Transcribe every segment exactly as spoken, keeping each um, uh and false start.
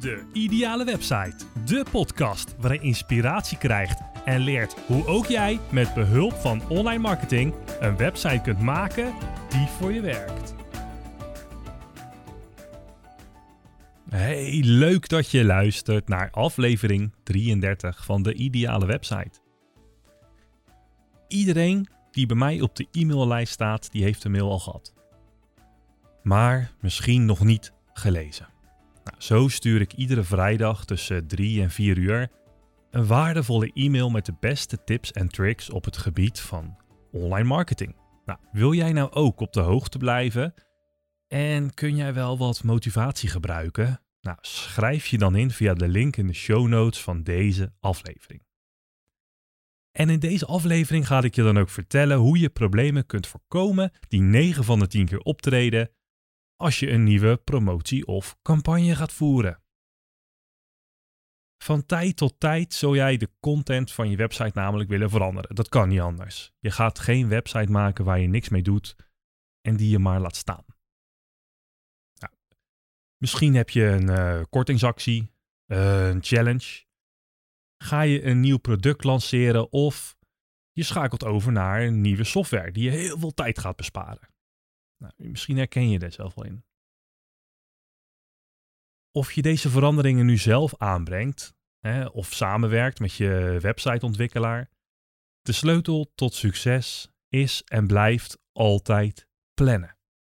De Ideale Website, de podcast waarin je inspiratie krijgt en leert hoe ook jij met behulp van online marketing een website kunt maken die voor je werkt. Hey, leuk dat je luistert naar aflevering drieëndertig van De Ideale Website. Iedereen die bij mij op de e-maillijst staat, die heeft de mail al gehad. Maar misschien nog niet gelezen. Nou, zo stuur ik iedere vrijdag tussen drie en vier uur een waardevolle e-mail met de beste tips en tricks op het gebied van online marketing. Nou, wil jij nou ook op de hoogte blijven en kun jij wel wat motivatie gebruiken? Nou, schrijf je dan in via de link in de show notes van deze aflevering. En in deze aflevering ga ik je dan ook vertellen hoe je problemen kunt voorkomen die negen van de tien keer optreden als je een nieuwe promotie of campagne gaat voeren. Van tijd tot tijd zul jij de content van je website namelijk willen veranderen. Dat kan niet anders. Je gaat geen website maken waar je niks mee doet en die je maar laat staan. Nou, misschien heb je een uh, kortingsactie, uh, een challenge. Ga je een nieuw product lanceren of je schakelt over naar een nieuwe software die je heel veel tijd gaat besparen. Nou, misschien herken je er zelf wel in. Of je deze veranderingen nu zelf aanbrengt, hè, of samenwerkt met je websiteontwikkelaar. De sleutel tot succes is en blijft altijd plannen.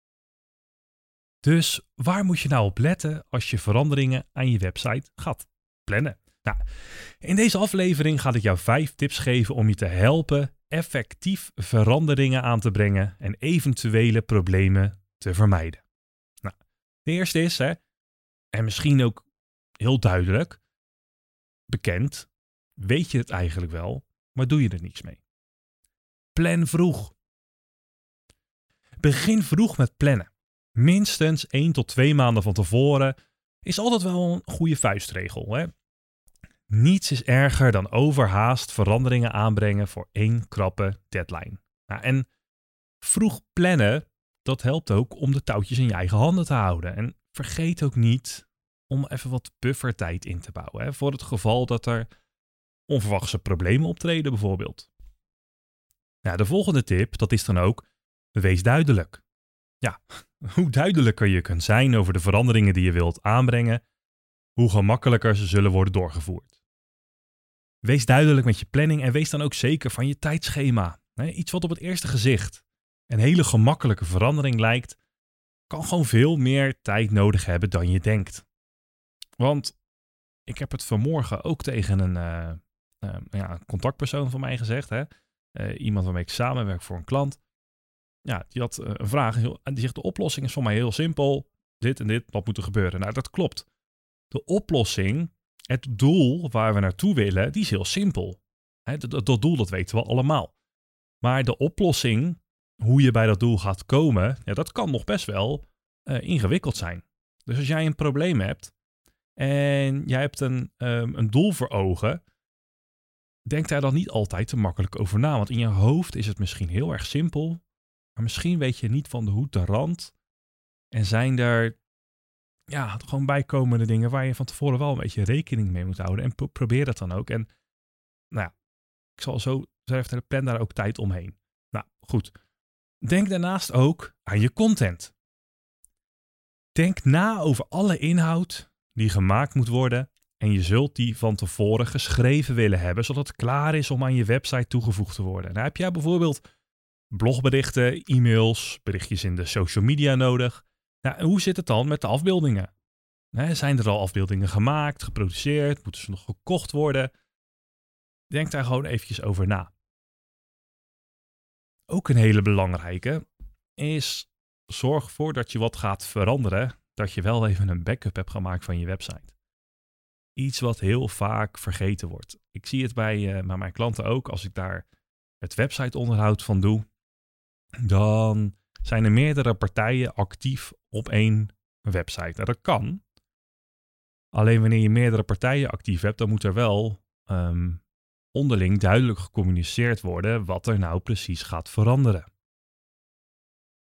Dus waar moet je nou op letten als je veranderingen aan je website gaat plannen? Nou, in deze aflevering ga ik jou vijf tips geven om je te helpen effectief veranderingen aan te brengen en eventuele problemen te vermijden. Nou, de eerste is, hè, en misschien ook heel duidelijk, bekend, weet je het eigenlijk wel, maar doe je er niks mee. Plan vroeg. Begin vroeg met plannen. Minstens één tot twee maanden van tevoren is altijd wel een goede vuistregel, hè? Niets is erger dan overhaast veranderingen aanbrengen voor één krappe deadline. Nou, en vroeg plannen, dat helpt ook om de touwtjes in je eigen handen te houden. En vergeet ook niet om even wat buffertijd in te bouwen. Hè, voor het geval dat er onverwachte problemen optreden bijvoorbeeld. Nou, de volgende tip, dat is dan ook, wees duidelijk. Ja, hoe duidelijker je kunt zijn over de veranderingen die je wilt aanbrengen, hoe gemakkelijker ze zullen worden doorgevoerd. Wees duidelijk met je planning en wees dan ook zeker van je tijdschema. Iets wat op het eerste gezicht een hele gemakkelijke verandering lijkt, kan gewoon veel meer tijd nodig hebben dan je denkt. Want ik heb het vanmorgen ook tegen een, uh, uh, ja, een contactpersoon van mij gezegd. Hè? Uh, iemand waarmee ik samenwerk voor een klant. Ja, die had uh, een vraag en die zegt de oplossing is voor mij heel simpel. Dit en dit, wat moet er gebeuren? Nou, dat klopt. De oplossing, het doel waar we naartoe willen, die is heel simpel. He, dat, dat doel, dat weten we allemaal. Maar de oplossing, hoe je bij dat doel gaat komen, ja, dat kan nog best wel uh, ingewikkeld zijn. Dus als jij een probleem hebt en jij hebt een, um, een doel voor ogen, denk daar dan niet altijd te makkelijk over na. Want in je hoofd is het misschien heel erg simpel, maar misschien weet je niet van de hoed de rand en zijn er ja, gewoon bijkomende dingen waar je van tevoren wel een beetje rekening mee moet houden. En pro- probeer dat dan ook. En nou ja, ik zal zo zeggen, plan daar ook tijd omheen. Nou, goed. Denk daarnaast ook aan je content. Denk na over alle inhoud die gemaakt moet worden en je zult die van tevoren geschreven willen hebben, zodat het klaar is om aan je website toegevoegd te worden. Nou, heb jij bijvoorbeeld blogberichten, e-mails, berichtjes in de social media nodig? Nou, hoe zit het dan met de afbeeldingen? He, zijn er al afbeeldingen gemaakt, geproduceerd? Moeten ze nog gekocht worden? Denk daar gewoon eventjes over na. Ook een hele belangrijke is, zorg ervoor dat je wat gaat veranderen, dat je wel even een backup hebt gemaakt van je website. Iets wat heel vaak vergeten wordt. Ik zie het bij, uh, bij mijn klanten ook, als ik daar het websiteonderhoud van doe, dan zijn er meerdere partijen actief op één website. Nou, dat kan. Alleen wanneer je meerdere partijen actief hebt, dan moet er wel um, onderling duidelijk gecommuniceerd worden wat er nou precies gaat veranderen.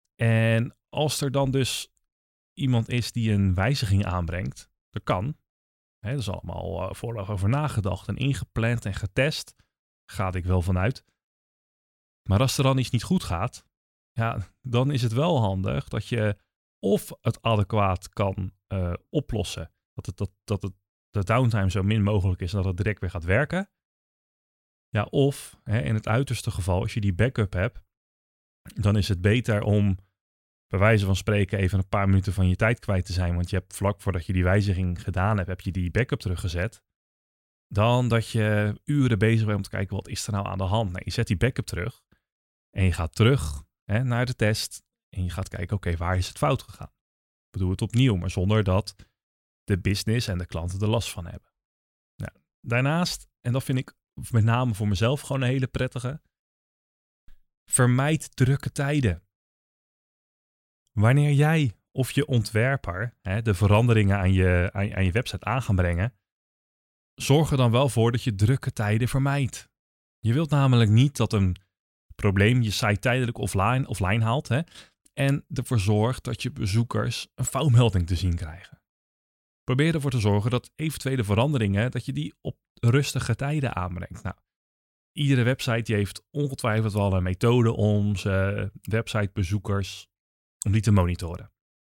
En als er dan dus iemand is die een wijziging aanbrengt, dat kan, Hè, dat is allemaal uh, vooraf over nagedacht en ingepland en getest. Ga ik wel vanuit. Maar als er dan iets niet goed gaat, ja, dan is het wel handig dat je of het adequaat kan uh, oplossen. Dat, het, dat, dat het, de downtime zo min mogelijk is en dat het direct weer gaat werken. Ja, of hè, in het uiterste geval, als je die backup hebt, dan is het beter om bij wijze van spreken even een paar minuten van je tijd kwijt te zijn. Want je hebt vlak voordat je die wijziging gedaan hebt, heb je die backup teruggezet. Dan dat je uren bezig bent om te kijken, wat is er nou aan de hand? Nee, je zet die backup terug en je gaat terug hè, naar de test. En je gaat kijken, oké, okay, waar is het fout gegaan? Ik bedoel het opnieuw, maar zonder dat de business en de klanten er last van hebben. Nou, daarnaast, en dat vind ik met name voor mezelf gewoon een hele prettige, vermijd drukke tijden. Wanneer jij of je ontwerper hè, de veranderingen aan je, aan, aan je website aan gaan brengen, zorg er dan wel voor dat je drukke tijden vermijdt. Je wilt namelijk niet dat een probleem je site tijdelijk offline, offline haalt hè, en ervoor zorgt dat je bezoekers een foutmelding te zien krijgen. Probeer ervoor te zorgen dat eventuele veranderingen, dat je die op rustige tijden aanbrengt. Nou, iedere website die heeft ongetwijfeld wel een methode om zijn websitebezoekers om die te monitoren.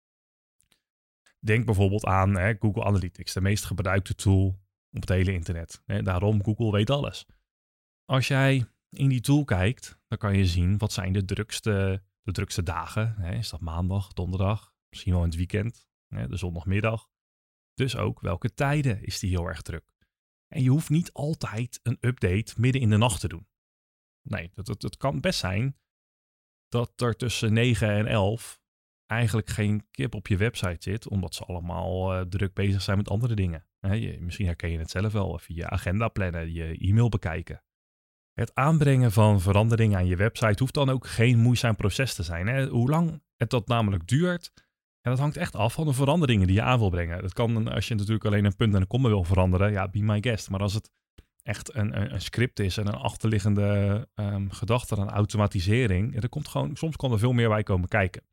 Denk bijvoorbeeld aan hè, Google Analytics, de meest gebruikte tool op het hele internet. Hè, daarom, Google weet alles. Als jij in die tool kijkt, dan kan je zien wat zijn de drukste, de drukste dagen. Hè, is dat maandag, donderdag, misschien wel in het weekend, hè, de zondagmiddag. Dus ook welke tijden is die heel erg druk. En je hoeft niet altijd een update midden in de nacht te doen. Nee, het, het, het kan best zijn dat er tussen negen en elf eigenlijk geen kip op je website zit, omdat ze allemaal uh, druk bezig zijn met andere dingen. He, je, misschien herken je het zelf wel, even je agenda plannen, je e-mail bekijken. Het aanbrengen van veranderingen aan je website hoeft dan ook geen moeizaam proces te zijn. Hè? Hoe lang het dat namelijk duurt, ja, dat hangt echt af van de veranderingen die je aan wil brengen. Dat kan, als je natuurlijk alleen een punt en een komma wil veranderen, ja, be my guest. Maar als het echt een, een, een script is en een achterliggende um, gedachte aan automatisering, ja, er komt gewoon, soms kan er veel meer bij komen kijken.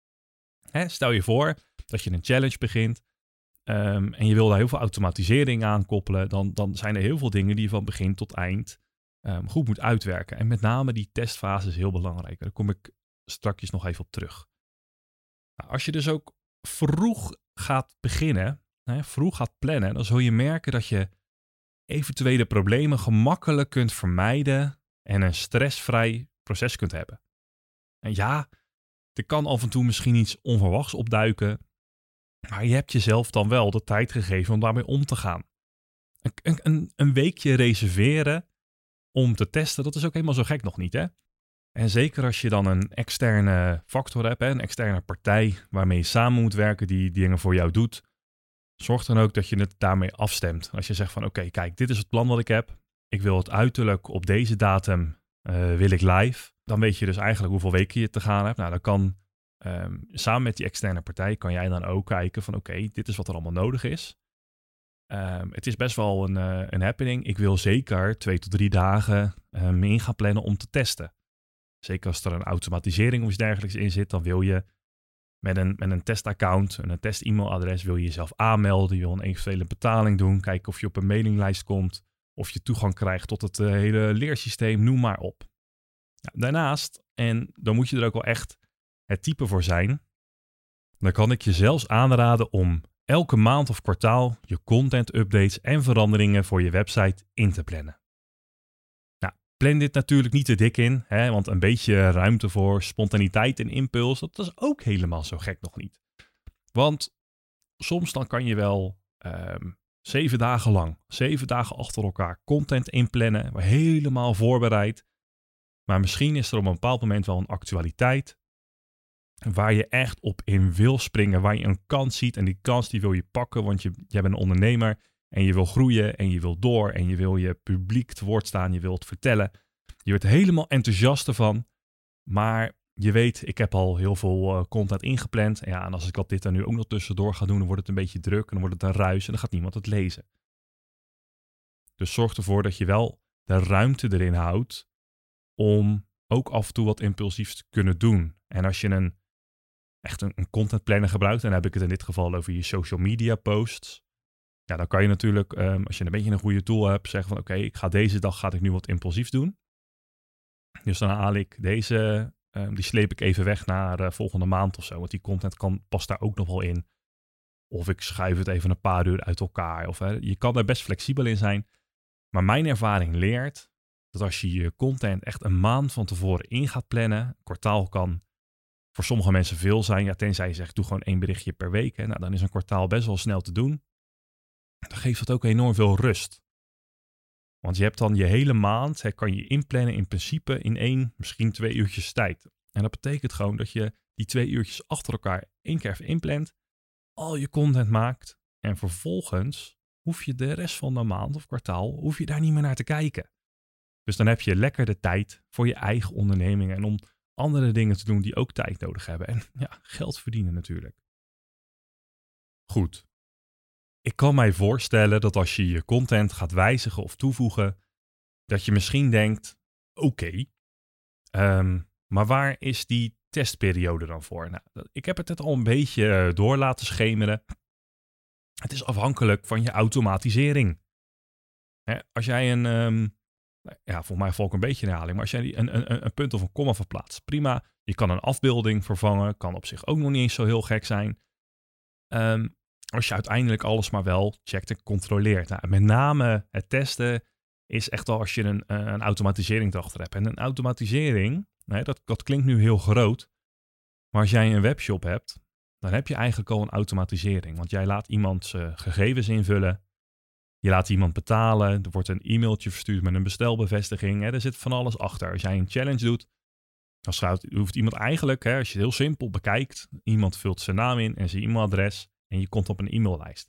Hè, stel je voor dat je een challenge begint um, en je wil daar heel veel automatisering aan koppelen, dan, dan zijn er heel veel dingen die je van begin tot eind um, goed moet uitwerken. En met name die testfase is heel belangrijk. Daar kom ik straks nog even op terug. Nou, als je dus ook vroeg gaat beginnen, hè, vroeg gaat plannen, dan zul je merken dat je eventuele problemen gemakkelijk kunt vermijden en een stressvrij proces kunt hebben. En ja, er kan af en toe misschien iets onverwachts opduiken, maar je hebt jezelf dan wel de tijd gegeven om daarmee om te gaan. Een, een, een weekje reserveren om te testen, dat is ook helemaal zo gek nog niet, hè? En zeker als je dan een externe factor hebt, hè, een externe partij waarmee je samen moet werken, die dingen voor jou doet, zorg dan ook dat je het daarmee afstemt. Als je zegt van oké, okay, kijk, dit is het plan wat ik heb. Ik wil het uiterlijk op deze datum uh, wil ik live. Dan weet je dus eigenlijk hoeveel weken je te gaan hebt. Nou, dan kan um, samen met die externe partij kan jij dan ook kijken van oké, okay, dit is wat er allemaal nodig is. Um, het is best wel een, uh, een happening. Ik wil zeker twee tot drie dagen um, in gaan plannen om te testen. Zeker als er een automatisering of iets dergelijks in zit, dan wil je met een, met een testaccount en een test-e-mailadres wil je jezelf aanmelden. Je wil een eventuele betaling doen, kijken of je op een mailinglijst komt, of je toegang krijgt tot het uh, hele leersysteem, noem maar op. Nou, daarnaast, en dan moet je er ook wel echt het type voor zijn, dan kan ik je zelfs aanraden om elke maand of kwartaal je content updates en veranderingen voor je website in te plannen. Plan dit natuurlijk niet te dik in, hè, want een beetje ruimte voor spontaniteit en impuls, dat is ook helemaal zo gek nog niet. Want soms dan kan je wel um, zeven dagen lang, zeven dagen achter elkaar content inplannen, helemaal voorbereid. Maar misschien is er op een bepaald moment wel een actualiteit waar je echt op in wil springen, waar je een kans ziet en die kans die wil je pakken, want je, je bent een ondernemer en je wil groeien en je wil door en je wil je publiek te woord staan, je wilt vertellen. Je wordt helemaal enthousiast ervan, maar je weet, ik heb al heel veel uh, content ingepland. En ja, en als ik dat dit er nu ook nog tussendoor ga doen, dan wordt het een beetje druk en dan wordt het een ruis en dan gaat niemand het lezen. Dus zorg ervoor dat je wel de ruimte erin houdt om ook af en toe wat impulsiefs te kunnen doen. En als je een echt een, een content planner gebruikt, dan heb ik het in dit geval over je social media posts. Ja, dan kan je natuurlijk, um, als je een beetje een goede tool hebt, zeggen van oké, okay, ik ga deze dag ga ik nu wat impulsiefs doen. Dus dan haal ik deze, um, die sleep ik even weg naar uh, volgende maand of zo. Want die content kan, past daar ook nog wel in. Of ik schuif het even een paar uur uit elkaar. Of, hè, je kan daar best flexibel in zijn. Maar mijn ervaring leert dat als je je content echt een maand van tevoren in gaat plannen. Een kwartaal kan voor sommige mensen veel zijn. Ja, tenzij je zegt, doe gewoon één berichtje per week. Hè. Nou, dan is een kwartaal best wel snel te doen. Dan geeft dat ook enorm veel rust. Want je hebt dan je hele maand, hè, kan je inplannen in principe in één, misschien twee uurtjes tijd. En dat betekent gewoon dat je die twee uurtjes achter elkaar één keer even inplant. Al je content maakt. En vervolgens hoef je de rest van de maand of kwartaal, hoef je daar niet meer naar te kijken. Dus dan heb je lekker de tijd voor je eigen onderneming. En om andere dingen te doen die ook tijd nodig hebben. En ja, geld verdienen natuurlijk. Goed. Ik kan mij voorstellen dat als je je content gaat wijzigen of toevoegen, dat je misschien denkt, oké, okay, um, maar waar is die testperiode dan voor? Nou, ik heb het net al een beetje door laten schemeren. Het is afhankelijk van je automatisering. Hè, als jij een, um, ja, volgens mij val ik een beetje in herhaling, maar als jij een, een, een punt of een komma verplaatst, prima. Je kan een afbeelding vervangen, kan op zich ook nog niet eens zo heel gek zijn. Um, als je uiteindelijk alles maar wel checkt en controleert. Nou, met name het testen is echt al als je een, een automatisering erachter hebt. En een automatisering, nee, dat, dat klinkt nu heel groot. Maar als jij een webshop hebt, dan heb je eigenlijk al een automatisering. Want jij laat iemand zijn gegevens invullen. Je laat iemand betalen. Er wordt een e-mailtje verstuurd met een bestelbevestiging. Hè, er zit van alles achter. Als jij een challenge doet, dan schuift, hoeft iemand eigenlijk, hè, als je het heel simpel bekijkt, iemand vult zijn naam in en zijn e-mailadres en je komt op een e-maillijst.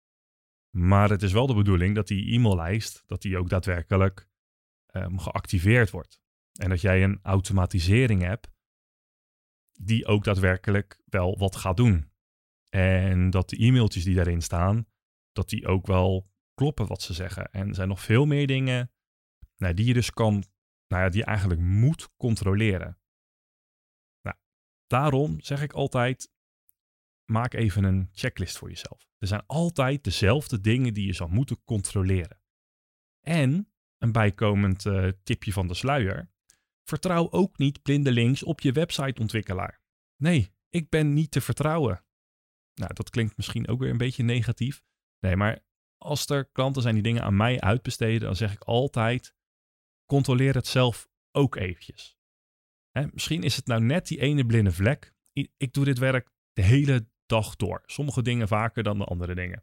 Maar het is wel de bedoeling dat die e-maillijst, dat die ook daadwerkelijk um, geactiveerd wordt. En dat jij een automatisering hebt die ook daadwerkelijk wel wat gaat doen. En dat de e-mailtjes die daarin staan, dat die ook wel kloppen wat ze zeggen. En er zijn nog veel meer dingen nou, die je dus kan, nou ja, die je eigenlijk moet controleren. Nou, daarom zeg ik altijd, maak even een checklist voor jezelf. Er zijn altijd dezelfde dingen die je zou moeten controleren. En, een bijkomend uh, tipje van de sluier, vertrouw ook niet blindelings op je websiteontwikkelaar. Nee, ik ben niet te vertrouwen. Nou, dat klinkt misschien ook weer een beetje negatief. Nee, maar als er klanten zijn die dingen aan mij uitbesteden, dan zeg ik altijd, controleer het zelf ook eventjes. Hè, misschien is het nou net die ene blinde vlek. Ik, ik doe dit werk de hele dag door. Sommige dingen vaker dan de andere dingen.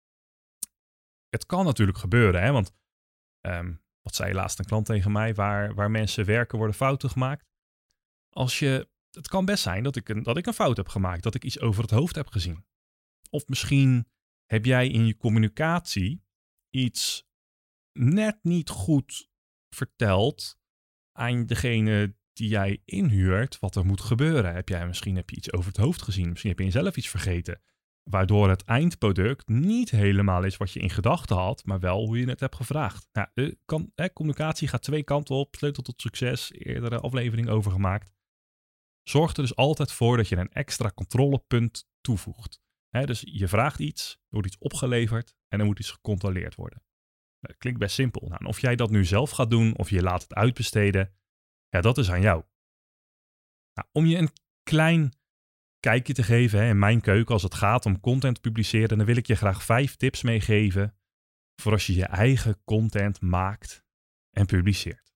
Het kan natuurlijk gebeuren, hè, want um, wat zei laatst een klant tegen mij, waar, waar mensen werken worden fouten gemaakt. Als je, het kan best zijn dat ik, een, dat ik een fout heb gemaakt, dat ik iets over het hoofd heb gezien. Of misschien heb jij in je communicatie iets net niet goed verteld aan degene die jij inhuurt wat er moet gebeuren. Heb jij, misschien heb je iets over het hoofd gezien, misschien heb je jezelf iets vergeten, waardoor het eindproduct niet helemaal is wat je in gedachten had, maar wel hoe je het hebt gevraagd. Nou, de kan, hè, communicatie gaat twee kanten op, sleutel tot succes, eerdere aflevering over gemaakt. Zorg er dus altijd voor dat je een extra controlepunt toevoegt. Hè, dus je vraagt iets, er wordt iets opgeleverd en er moet iets gecontroleerd worden. Dat klinkt best simpel. Nou, en of jij dat nu zelf gaat doen of je laat het uitbesteden, ja, dat is aan jou. Nou, om je een klein kijkje te geven hè, in mijn keuken als het gaat om content publiceren, dan wil ik je graag vijf tips meegeven voor als je je eigen content maakt en publiceert.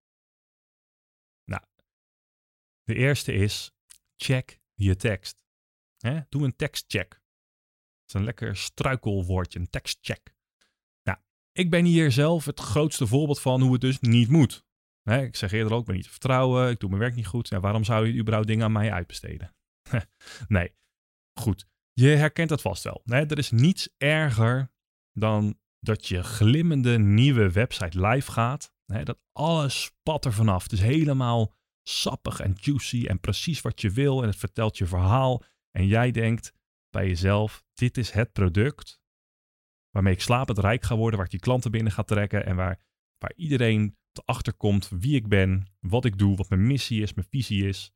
Nou, de eerste is, check je tekst. Hè, doe een tekstcheck. Dat is een lekker struikelwoordje, een tekstcheck. Nou, ik ben hier zelf het grootste voorbeeld van hoe het dus niet moet. Hè, ik zeg eerder ook, ik ben niet te vertrouwen, ik doe mijn werk niet goed. Ja, waarom zou je überhaupt dingen aan mij uitbesteden? Nee, goed. Je herkent het vast wel. Hè? Er is niets erger dan dat je glimmende nieuwe website live gaat. Hè? Dat alles spat er vanaf. Het is helemaal sappig en juicy en precies wat je wil. En het vertelt je verhaal. En jij denkt bij jezelf, dit is het product waarmee ik slapend rijk ga worden. Waar ik die klanten binnen ga trekken. En waar, waar iedereen erachter komt wie ik ben, wat ik doe, wat mijn missie is, mijn visie is.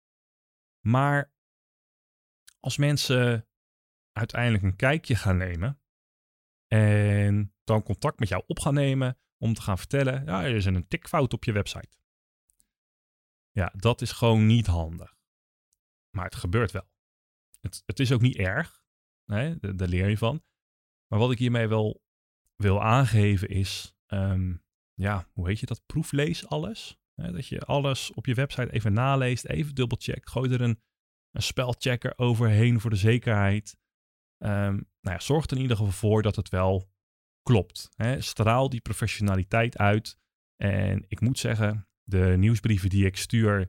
Maar als mensen uiteindelijk een kijkje gaan nemen En dan contact met jou op gaan nemen om te gaan vertellen, ja, er is een tikfout op je website. Ja, dat is gewoon niet handig. Maar het gebeurt wel. Het, het is ook niet erg. Hè? Daar, daar leer je van. Maar wat ik hiermee wel wil aangeven is, um, ja, hoe heet je dat? Proeflees alles. Hè? Dat je alles op je website even naleest, even dubbelcheckt. Gooi er een, een spelchecker overheen voor de zekerheid. Um, nou ja, zorg er in ieder geval voor dat het wel klopt. Hè? Straal die professionaliteit uit. En ik moet zeggen, de nieuwsbrieven die ik stuur,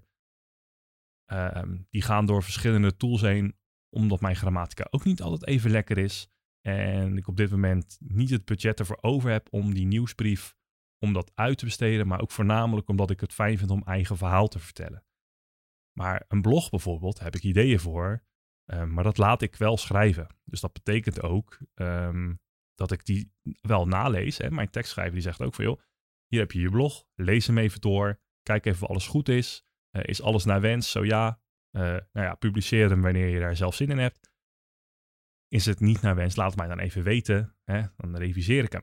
um, die gaan door verschillende tools heen, omdat mijn grammatica ook niet altijd even lekker is. En ik op dit moment niet het budget ervoor over heb om die nieuwsbrief, om dat uit te besteden. Maar ook voornamelijk omdat ik het fijn vind om eigen verhaal te vertellen. Maar een blog bijvoorbeeld, heb ik ideeën voor. Um, maar dat laat ik wel schrijven. Dus dat betekent ook um, dat ik die wel nalees. Hè. Mijn tekstschrijver die zegt ook van, joh, hier heb je je blog. Lees hem even door. Kijk even of alles goed is. Uh, is alles naar wens? Zo ja. Uh, nou ja, publiceer hem wanneer je daar zelf zin in hebt. Is het niet naar wens? Laat het mij dan even weten. Hè. Dan reviseer ik hem.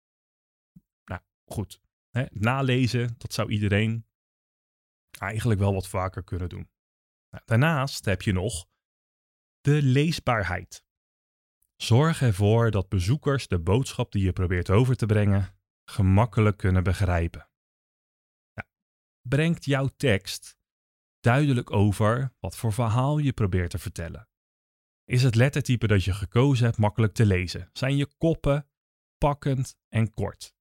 Nou, goed. Hè. Nalezen, dat zou iedereen eigenlijk wel wat vaker kunnen doen. Nou, daarnaast heb je nog de leesbaarheid. Zorg ervoor dat bezoekers de boodschap die je probeert over te brengen gemakkelijk kunnen begrijpen. Nou, brengt jouw tekst duidelijk over wat voor verhaal je probeert te vertellen? Is het lettertype dat je gekozen hebt makkelijk te lezen? Zijn je koppen pakkend en kort?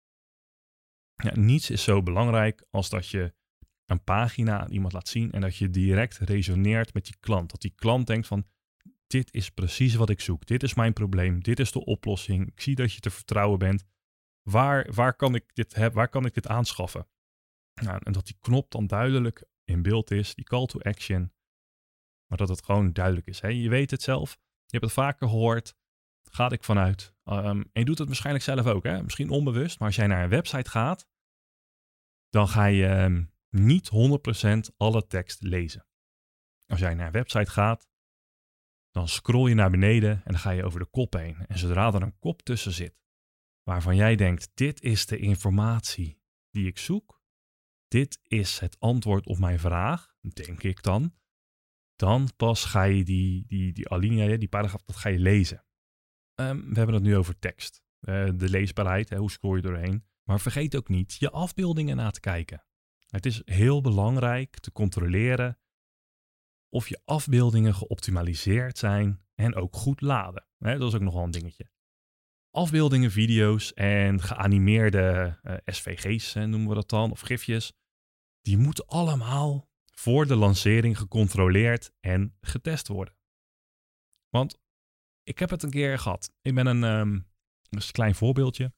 Ja, niets is zo belangrijk als dat je een pagina aan iemand laat zien en dat je direct resoneert met die klant. Dat die klant denkt van, dit is precies wat ik zoek. Dit is mijn probleem. Dit is de oplossing. Ik zie dat je te vertrouwen bent. Waar, waar, kan, ik dit heb, waar kan ik dit aanschaffen? Nou, en dat die knop dan duidelijk in beeld is, die call to action. Maar dat het gewoon duidelijk is. Hè? Je weet het zelf. Je hebt het vaker gehoord. Ga ik vanuit. Um, en je doet het waarschijnlijk zelf ook. Hè? Misschien onbewust. Maar als jij naar een website gaat, dan ga je um, niet honderd procent alle tekst lezen. Als jij naar een website gaat, dan scroll je naar beneden en dan ga je over de kop heen. En zodra er een kop tussen zit, waarvan jij denkt, dit is de informatie die ik zoek. Dit is het antwoord op mijn vraag, denk ik dan. Dan pas ga je die, die, die alinea, die paragraaf, dat ga je lezen. Um, we hebben het nu over tekst. Uh, de leesbaarheid, hè, hoe scroll je doorheen. Maar vergeet ook niet je afbeeldingen na te kijken. Het is heel belangrijk te controleren of je afbeeldingen geoptimaliseerd zijn en ook goed laden. Hè, dat is ook nog wel een dingetje. Afbeeldingen, video's en geanimeerde uh, S V G's hè, noemen we dat dan, of gifjes. Die moeten allemaal voor de lancering gecontroleerd en getest worden. Want ik heb het een keer gehad. Ik ben een, um, dus een klein voorbeeldje.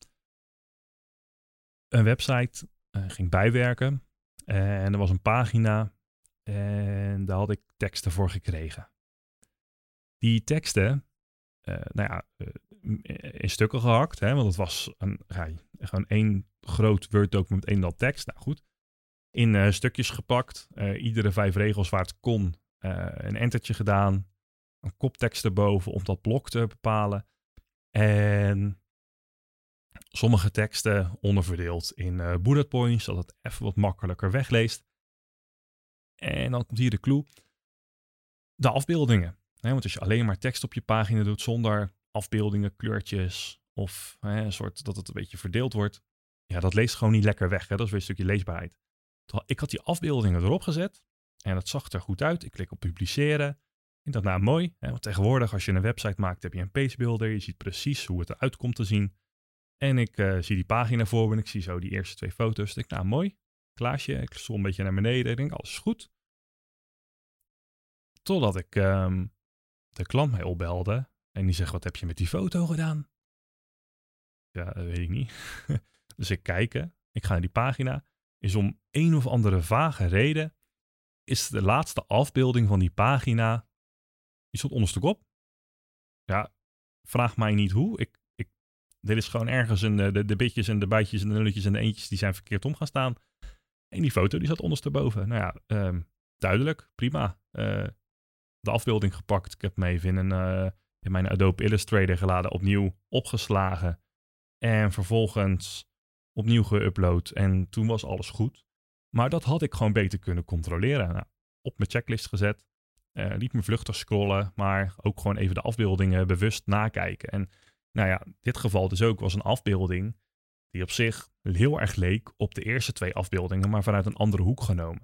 Een website uh, ging bijwerken en er was een pagina en daar had ik teksten voor gekregen. Die teksten, uh, nou ja, uh, in stukken gehakt, hè, want het was een, ja, gewoon één groot Word document, één dal tekst. Nou goed, in uh, stukjes gepakt, uh, iedere vijf regels waar het kon, uh, een entertje gedaan, een koptekst erboven om dat blok te bepalen en sommige teksten onderverdeeld in uh, bullet points, zodat het even wat makkelijker wegleest. En dan komt hier de clue, de afbeeldingen. Hè, want als je alleen maar tekst op je pagina doet zonder afbeeldingen, kleurtjes of hè, een soort dat het een beetje verdeeld wordt, ja, dat leest gewoon niet lekker weg. Hè? Dat is weer een stukje leesbaarheid. Ik had die afbeeldingen erop gezet en het zag er goed uit. Ik klik op publiceren. Ik dacht, nou mooi. Hè? Want tegenwoordig als je een website maakt heb je een pagebuilder. Je ziet precies hoe het eruit komt te zien. En ik uh, zie die pagina voor me en ik zie zo die eerste twee foto's. Ik denk, nou mooi. Klaasje. Ik scroll een beetje naar beneden. Ik denk, alles is goed. Totdat ik um, de klant mij opbelde. En die zegt, wat heb je met die foto gedaan? Ja, dat weet ik niet. Dus ik kijk. Ik ga naar die pagina. Is om een of andere vage reden. Is de laatste afbeelding van die pagina. Die stond onderstekop. Ja, vraag mij niet hoe. Ik, ik, dit is gewoon ergens een, de, de bitjes en de bijtjes en de nulletjes en de eentjes die zijn verkeerd om gaan staan. En die foto die zat ondersteboven. Nou ja, um, duidelijk, prima. Uh, de afbeelding gepakt. Ik heb hem even in een, uh, in mijn Adobe Illustrator geladen, opnieuw opgeslagen en vervolgens opnieuw geüpload. En toen was alles goed. Maar dat had ik gewoon beter kunnen controleren. Nou, op mijn checklist gezet, uh, liet me vluchtig scrollen, maar ook gewoon even de afbeeldingen bewust nakijken. En nou ja, dit geval dus ook was een afbeelding die op zich heel erg leek op de eerste twee afbeeldingen, maar vanuit een andere hoek genomen.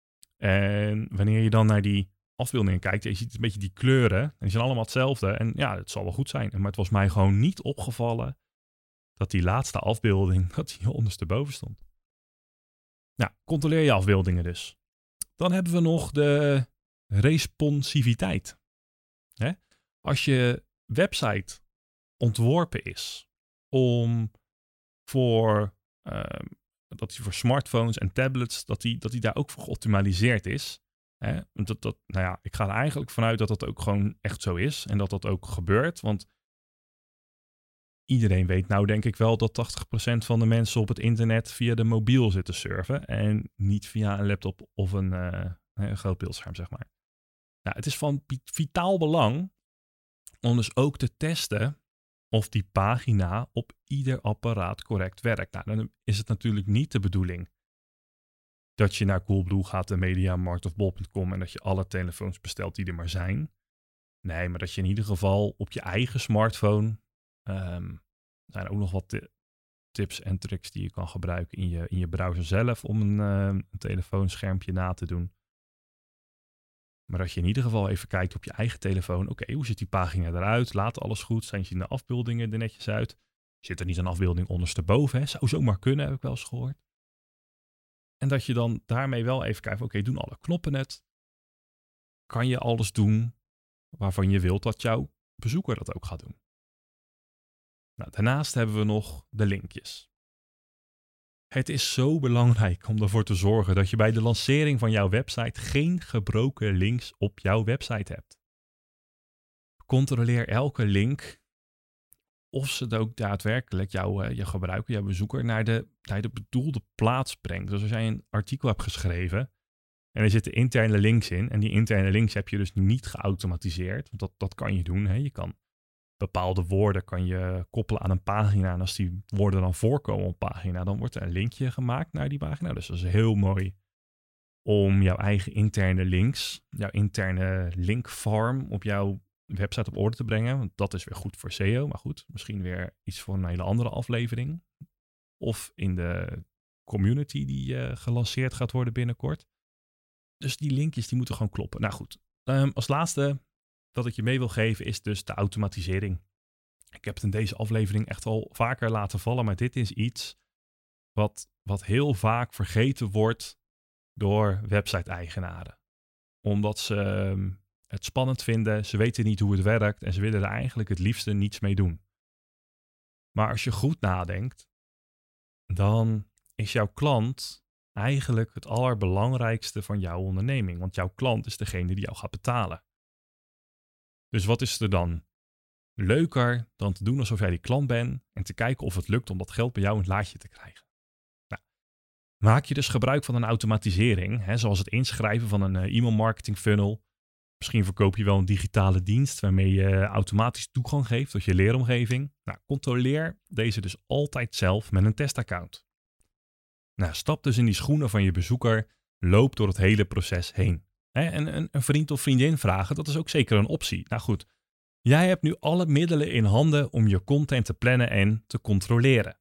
En wanneer je dan naar die afbeeldingen kijkt, je ziet een beetje die kleuren, en die zijn allemaal hetzelfde. En ja, het zal wel goed zijn. Maar het was mij gewoon niet opgevallen dat die laatste afbeelding, dat die ondersteboven stond. Nou, controleer je afbeeldingen dus. Dan hebben we nog de responsiviteit. Hè? Als je website ontworpen is om voor, uh, dat die voor smartphones en tablets, dat die, dat die daar ook voor geoptimaliseerd is. Hè? Dat, dat, nou ja, ik ga er eigenlijk vanuit dat dat ook gewoon echt zo is en dat dat ook gebeurt. Want iedereen weet nou denk ik wel dat tachtig procent van de mensen op het internet via de mobiel zitten surfen en niet via een laptop of een, uh, een groot beeldscherm, zeg maar. Nou, het is van vitaal belang om dus ook te testen of die pagina op ieder apparaat correct werkt. Nou, dan is het natuurlijk niet de bedoeling dat je naar Coolblue gaat, de Mediamarkt of bol punt com en dat je alle telefoons bestelt die er maar zijn. Nee, maar dat je in ieder geval op je eigen smartphone, um, er zijn ook nog wat t- tips en tricks die je kan gebruiken in je, in je browser zelf om een, uh, een telefoonschermpje na te doen. Maar dat je in ieder geval even kijkt op je eigen telefoon. Oké, okay, hoe ziet die pagina eruit? Laat alles goed? Zijn de afbeeldingen er netjes uit? Zit er niet een afbeelding ondersteboven? Hè? Zou zomaar kunnen, heb ik wel eens gehoord. En dat je dan daarmee wel even kijkt. Oké, okay, doen alle knoppen het? Kan je alles doen waarvan je wilt dat jouw bezoeker dat ook gaat doen? Nou, daarnaast hebben we nog de linkjes. Het is zo belangrijk om ervoor te zorgen dat je bij de lancering van jouw website geen gebroken links op jouw website hebt. Controleer elke link of ze ook daadwerkelijk jouw uh, je gebruiker, jouw bezoeker, naar de, naar de bedoelde plaats brengt. Dus als jij een artikel hebt geschreven en er zitten interne links in en die interne links heb je dus niet geautomatiseerd, want dat, dat kan je doen. Hè? Je kan bepaalde woorden kan je koppelen aan een pagina. En als die woorden dan voorkomen op een pagina, dan wordt er een linkje gemaakt naar die pagina. Dus dat is heel mooi om jouw eigen interne links, jouw interne linkfarm op jouw website op orde te brengen. Want dat is weer goed voor S E O. Maar goed, misschien weer iets voor een hele andere aflevering. Of in de community die uh, gelanceerd gaat worden binnenkort. Dus die linkjes die moeten gewoon kloppen. Nou goed, um, als laatste wat ik je mee wil geven is dus de automatisering. Ik heb het in deze aflevering echt al vaker laten vallen, maar dit is iets wat, wat heel vaak vergeten wordt door website-eigenaren. Omdat ze um, het spannend vinden, ze weten niet hoe het werkt en ze willen er eigenlijk het liefste niets mee doen. Maar als je goed nadenkt, dan is jouw klant eigenlijk het allerbelangrijkste van jouw onderneming. Want jouw klant is degene die jou gaat betalen. Dus wat is er dan leuker dan te doen alsof jij die klant bent en te kijken of het lukt om dat geld bij jou in het laadje te krijgen? Nou, maak je dus gebruik van een automatisering, hè, zoals het inschrijven van een uh, e-mail marketing funnel. Misschien verkoop je wel een digitale dienst waarmee je automatisch toegang geeft tot je leeromgeving. Nou, controleer deze dus altijd zelf met een testaccount. Nou, stap dus in die schoenen van je bezoeker, loop door het hele proces heen. Hè, en een, een vriend of vriendin vragen, dat is ook zeker een optie. Nou goed, jij hebt nu alle middelen in handen om je content te plannen en te controleren.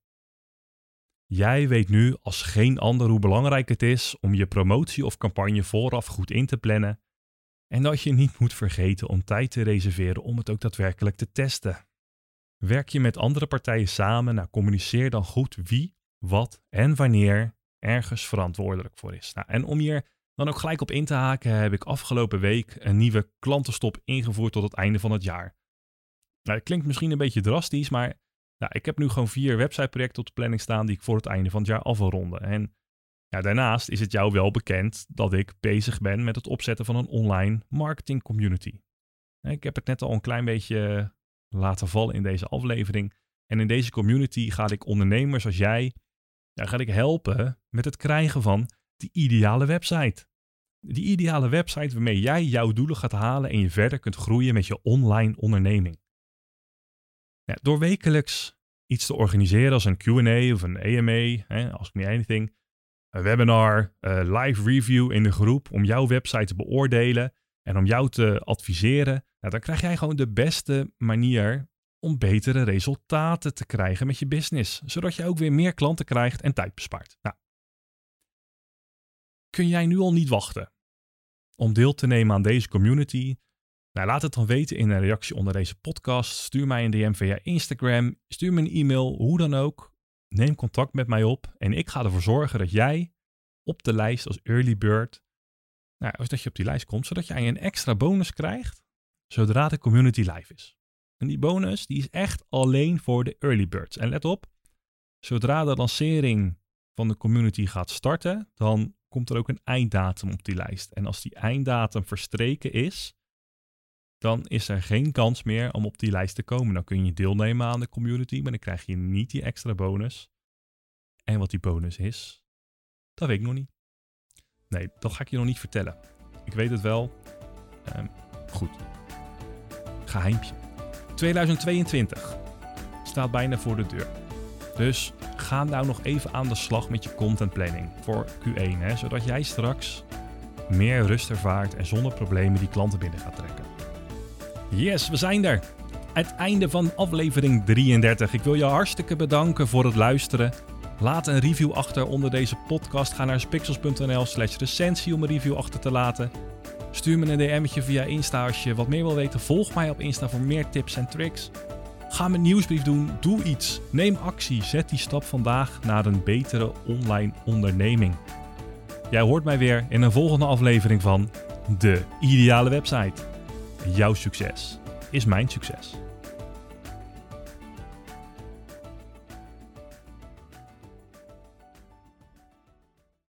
Jij weet nu als geen ander hoe belangrijk het is om je promotie of campagne vooraf goed in te plannen. En dat je niet moet vergeten om tijd te reserveren om het ook daadwerkelijk te testen. Werk je met andere partijen samen, nou communiceer dan goed wie, wat en wanneer ergens verantwoordelijk voor is. Nou, en om hier dan ook gelijk op in te haken heb ik afgelopen week een nieuwe klantenstop ingevoerd tot het einde van het jaar. Nou, het klinkt misschien een beetje drastisch, maar nou, ik heb nu gewoon vier websiteprojecten op de planning staan die ik voor het einde van het jaar af wil ronden. En ja, daarnaast is het jou wel bekend dat ik bezig ben met het opzetten van een online marketing community. Ik heb het net al een klein beetje laten vallen in deze aflevering. En in deze community ga ik ondernemers als jij, ja, ga ik helpen met het krijgen van die ideale website. Die ideale website waarmee jij jouw doelen gaat halen en je verder kunt groeien met je online onderneming. Ja, door wekelijks iets te organiseren als een Q en A of een A M A, hè, Ask Me Anything, een webinar, een live review in de groep om jouw website te beoordelen en om jou te adviseren, nou, dan krijg jij gewoon de beste manier om betere resultaten te krijgen met je business, zodat je ook weer meer klanten krijgt en tijd bespaart. Nou, kun jij nu al niet wachten om deel te nemen aan deze community? Nou, laat het dan weten in een reactie onder deze podcast. Stuur mij een D M via Instagram. Stuur me een e-mail, hoe dan ook. Neem contact met mij op en ik ga ervoor zorgen dat jij op de lijst als early bird, nou, dat je op die lijst komt, zodat jij een extra bonus krijgt zodra de community live is. En die bonus die is echt alleen voor de early birds. En let op, zodra de lancering van de community gaat starten, dan komt er ook een einddatum op die lijst. En als die einddatum verstreken is, dan is er geen kans meer om op die lijst te komen. Dan kun je deelnemen aan de community, maar dan krijg je niet die extra bonus. En wat die bonus is, dat weet ik nog niet. Nee, dat ga ik je nog niet vertellen. Ik weet het wel. Um, goed. Geheimpje. tweeduizend tweeëntwintig staat bijna voor de deur. Dus ga nou nog even aan de slag met je content planning voor Q één. Hè, zodat jij straks meer rust ervaart en zonder problemen die klanten binnen gaat trekken. Yes, we zijn er. Het einde van aflevering drieëndertig. Ik wil je hartstikke bedanken voor het luisteren. Laat een review achter onder deze podcast. Ga naar spixels.nl slash recensie om een review achter te laten. Stuur me een D M'tje via Insta als je wat meer wil weten. Volg mij op Insta voor meer tips en tricks. Ga mijn nieuwsbrief doen. Doe iets. Neem actie. Zet die stap vandaag naar een betere online onderneming. Jij hoort mij weer in een volgende aflevering van De Ideale Website. Jouw succes is mijn succes.